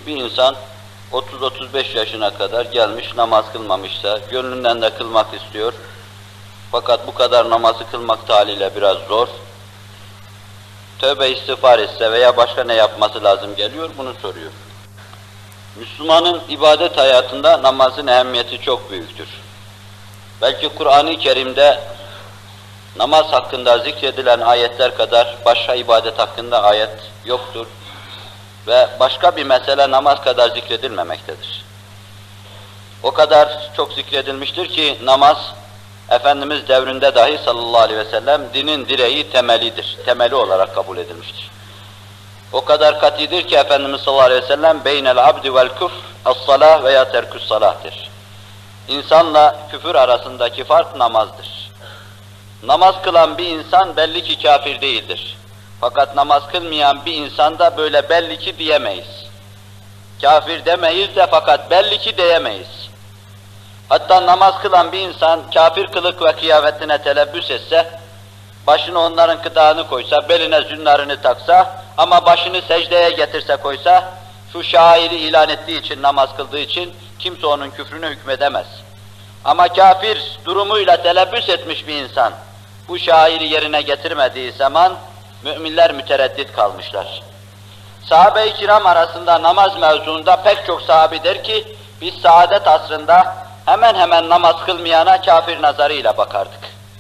Bir insan 30-35 yaşına kadar gelmiş, namaz kılmamışsa, gönlünden de kılmak istiyor. Fakat bu kadar namazı kılmak haliyle biraz zor. Tövbe istiğfar etse veya başka ne yapması lazım geliyor, bunu soruyor. Müslümanın ibadet hayatında namazın ehemmiyeti çok büyüktür. Belki Kur'an-ı Kerim'de namaz hakkında zikredilen ayetler kadar başka ibadet hakkında ayet yoktur. Ve başka bir mesele namaz kadar zikredilmemektedir. O kadar çok zikredilmiştir ki namaz, Efendimiz devrinde dahi sallallahu aleyhi ve sellem dinin direği, temelidir. Temeli olarak kabul edilmiştir. O kadar katidir ki Efendimiz sallallahu aleyhi ve sellem beynel abdi vel küfr es-salah veya terkü's salah'tır. İnsanla küfür arasındaki fark namazdır. Namaz kılan bir insan belli ki kafir değildir. Fakat namaz kılmayan bir insan da böyle belli ki diyemeyiz. Kafir demeyiz de fakat belli ki diyemeyiz. Hatta namaz kılan bir insan kafir kılık ve kıyafetine telebbüs etse, başını onların kıdağını koysa, beline zünnarını taksa ama başını secdeye getirse koysa, şu şairi ilan ettiği için, namaz kıldığı için kimse onun küfrünü hükmedemez. Ama kafir durumuyla telebbüs etmiş bir insan, bu şairi yerine getirmediği zaman müminler mütereddit kalmışlar. Sahabe-i kiram arasında namaz mevzuunda pek çok sahabi der ki, biz saadet asrında hemen hemen namaz kılmayana kafir nazarıyla bakardık.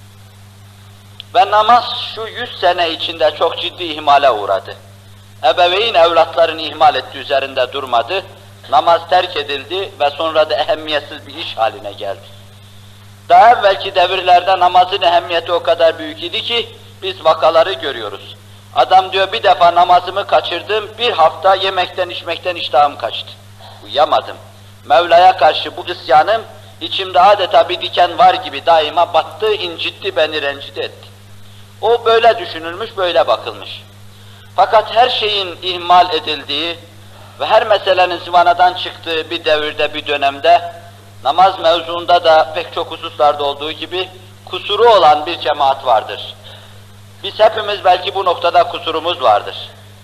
Ve namaz şu 100 sene içinde çok ciddi ihmale uğradı. Ebeveyn evlatlarını ihmal etti, üzerinde durmadı. Namaz terk edildi ve sonra da ehemmiyetsiz bir iş haline geldi. Daha evvelki devirlerde namazın ehemmiyeti o kadar büyük idi ki, biz vakaları görüyoruz. Adam diyor, bir defa namazımı kaçırdım, bir hafta yemekten içmekten iştahım kaçtı. Uyuyamadım. Mevla'ya karşı bu isyanım, içimde adeta bir diken var gibi daima battı, incitti, beni rencide etti. O böyle düşünülmüş, böyle bakılmış. Fakat her şeyin ihmal edildiği ve her meselenin zıvanadan çıktığı bir devirde, bir dönemde, namaz mevzuunda da pek çok hususlarda olduğu gibi kusuru olan bir cemaat vardır. Biz hepimiz belki bu noktada kusurumuz vardır.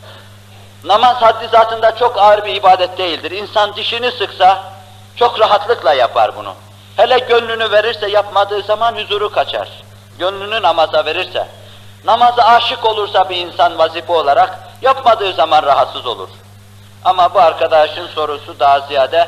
Namaz haddi zatında çok ağır bir ibadet değildir. İnsan dişini sıksa çok rahatlıkla yapar bunu. Hele gönlünü verirse, yapmadığı zaman huzuru kaçar. Gönlünü namaza verirse, namaza aşık olursa bir insan vazife olarak, yapmadığı zaman rahatsız olur. Ama bu arkadaşın sorusu daha ziyade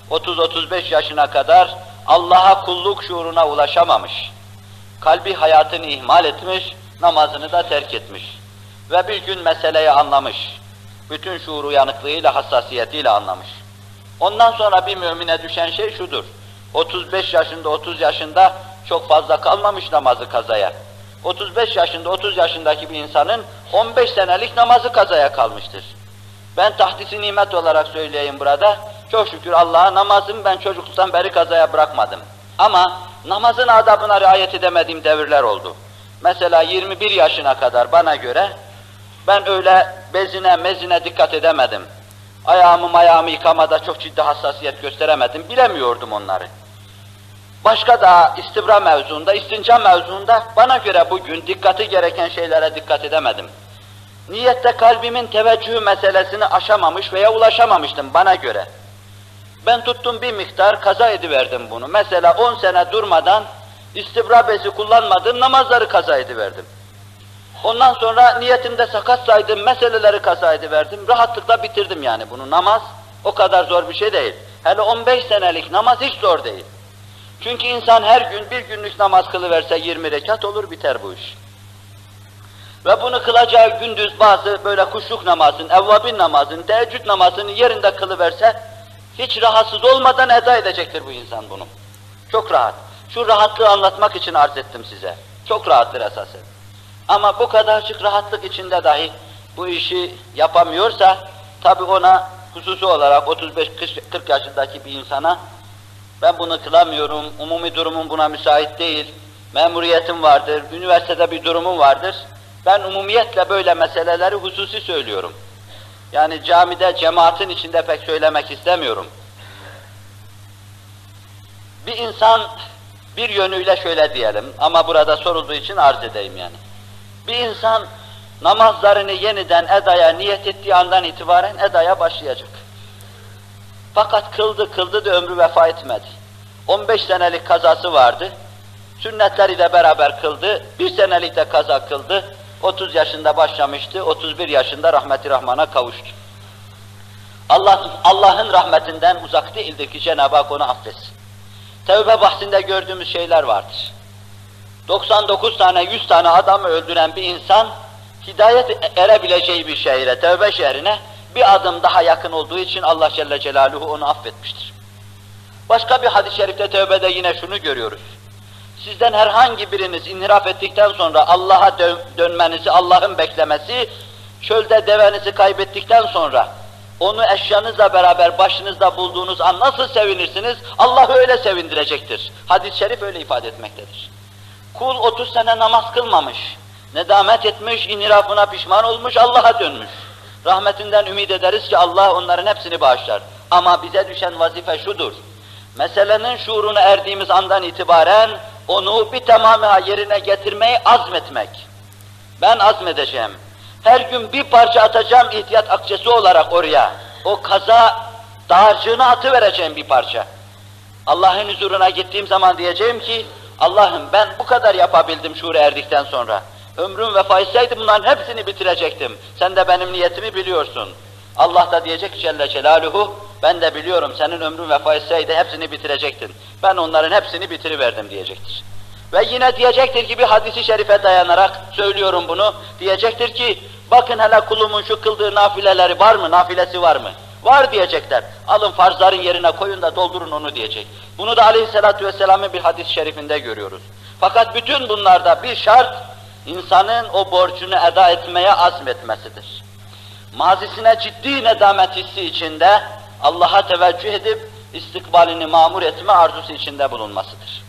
30-35 yaşına kadar Allah'a kulluk şuuruna ulaşamamış. Kalbi hayatını ihmal etmiş, namazını da terk etmiş. Ve bir gün meseleyi anlamış. Bütün şuur uyanıklığıyla, hassasiyetiyle anlamış. Ondan sonra bir mümine düşen şey şudur. 35 yaşında, 30 yaşında çok fazla kalmamış namazı kazaya. 35 yaşında, 30 yaşındaki bir insanın 15 senelik namazı kazaya kalmıştır. Ben tahdis-i nimet olarak söyleyeyim burada. Çok şükür Allah'a namazımı ben çocukluktan beri kazaya bırakmadım. Ama namazın adabına riayet edemediğim devirler oldu. Mesela 21 yaşına kadar bana göre ben öyle bezine, mezine dikkat edemedim. Ayağımı yıkamada çok ciddi hassasiyet gösteremedim, bilemiyordum onları. Başka da istibra mevzuunda, istinca mevzuunda bana göre bugün dikkati gereken şeylere dikkat edemedim. Niyette kalbimin teveccühü meselesini aşamamış veya ulaşamamıştım bana göre. Ben tuttum bir miktar kaza ediverdim bunu. Mesela 10 sene durmadan istibra bezi kullanmadığım namazları kaza ediverdim. Ondan sonra niyetimde sakat saydığım meseleleri kaza ediverdim. Rahatlıkla bitirdim yani bunu. Namaz o kadar zor bir şey değil. Hele 15 senelik namaz hiç zor değil. Çünkü insan her gün bir günlük namaz kılıverse 20 rekat olur, biter bu iş. Ve bunu kılacağı gündüz bazı böyle kuşluk namazın, evvabin namazın, teheccüd namazını yerinde kılıverse hiç rahatsız olmadan eda edecektir bu insan bunu. Çok rahat. Şu rahatlığı anlatmak için arz ettim size. Çok rahattır esasen. Ama bu kadarcık rahatlık içinde dahi bu işi yapamıyorsa, tabi ona hususi olarak 35-40 yaşındaki bir insana ben bunu kılamıyorum, umumi durumum buna müsait değil, memuriyetim vardır, üniversitede bir durumum vardır. Ben umumiyetle böyle meseleleri hususi söylüyorum. Yani camide, cemaatin içinde pek söylemek istemiyorum. Bir insan bir yönüyle şöyle diyelim ama burada sorulduğu için arz edeyim yani. Bir insan namazlarını yeniden edaya niyet ettiği andan itibaren edaya başlayacak. Fakat kıldı da ömrü vefa etmedi. 15 senelik kazası vardı. Sünnetleri de beraber kıldı. 1 senelik de kaza kıldı. 30 yaşında başlamıştı. 31 yaşında rahmeti rahmana kavuştu. Allah'ın rahmetinden uzak değildir ki Cenab-ı Hak onu affetsin. Tevbe bahsinde gördüğümüz şeyler vardır. 99 tane, 100 tane adamı öldüren bir insan, hidayet erebileceği bir şehre, tevbe şehrine bir adım daha yakın olduğu için Allah Celle Celaluhu onu affetmiştir. Başka bir hadis-i şerifte tevbede yine şunu görüyoruz. Sizden herhangi biriniz inhiraf ettikten sonra Allah'a dönmenizi, Allah'ın beklemesi, çölde devenizi kaybettikten sonra onu eşyanızla beraber başınızda bulduğunuz an nasıl sevinirsiniz? Allah öyle sevindirecektir. Hadis-i şerif öyle ifade etmektedir. Kul 30 sene namaz kılmamış, nedamet etmiş, inhirafına pişman olmuş, Allah'a dönmüş. Rahmetinden ümid ederiz ki Allah onların hepsini bağışlar. Ama bize düşen vazife şudur. Meselenin şuuruna erdiğimiz andan itibaren onu bir tamamıyla yerine getirmeyi azmetmek. Ben azmedeceğim. Her gün bir parça atacağım ihtiyat akçesi olarak oraya. O kaza dağarcığına atıvereceğim bir parça. Allah'ın huzuruna gittiğim zaman diyeceğim ki, Allah'ım ben bu kadar yapabildim şuura erdikten sonra. Ömrüm vefa etseydi bunların hepsini bitirecektim. Sen de benim niyetimi biliyorsun. Allah da diyecek Celle Celaluhu, ben de biliyorum senin ömrün vefa etseydi hepsini bitirecektin. Ben onların hepsini bitiriverdim diyecektir. Ve yine diyecektir ki bir hadisi şerife dayanarak söylüyorum bunu, diyecektir ki bakın hele kulumun şu kıldığı nafileleri var mı, nafilesi var mı? Var diyecekler. Alın farzların yerine koyun da doldurun onu diyecek. Bunu da Aleyhisselatü Vesselam'ın bir hadis-i şerifinde görüyoruz. Fakat bütün bunlarda bir şart, insanın o borcunu eda etmeye azmetmesidir. Mazisine ciddi nedamet hissi içinde Allah'a teveccüh edip istikbalini mamur etme arzusu içinde bulunmasıdır.